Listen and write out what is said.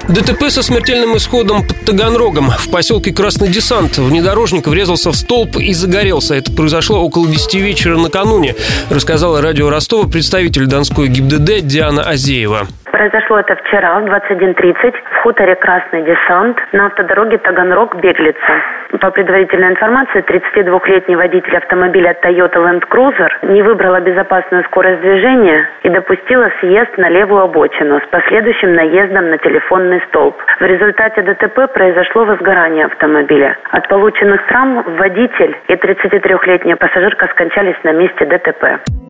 ДТП со смертельным исходом под Таганрогом. В поселке Красный Десант внедорожник врезался в столб и загорелся. Это произошло около 10 вечера накануне, рассказала радио Ростова представитель Донской ГИБДД Диана Азеева. Произошло это вчера в 21:30 в хуторе Красный Десант на автодороге Таганрог-Беглица. По предварительной информации, 32-летний водитель автомобиля Toyota Land Cruiser не выбрала безопасную скорость движения и допустила съезд на левую обочину с последующим наездом на телефонный столб. В результате ДТП произошло возгорание автомобиля. От полученных травм водитель и 33-летняя пассажирка скончались на месте ДТП.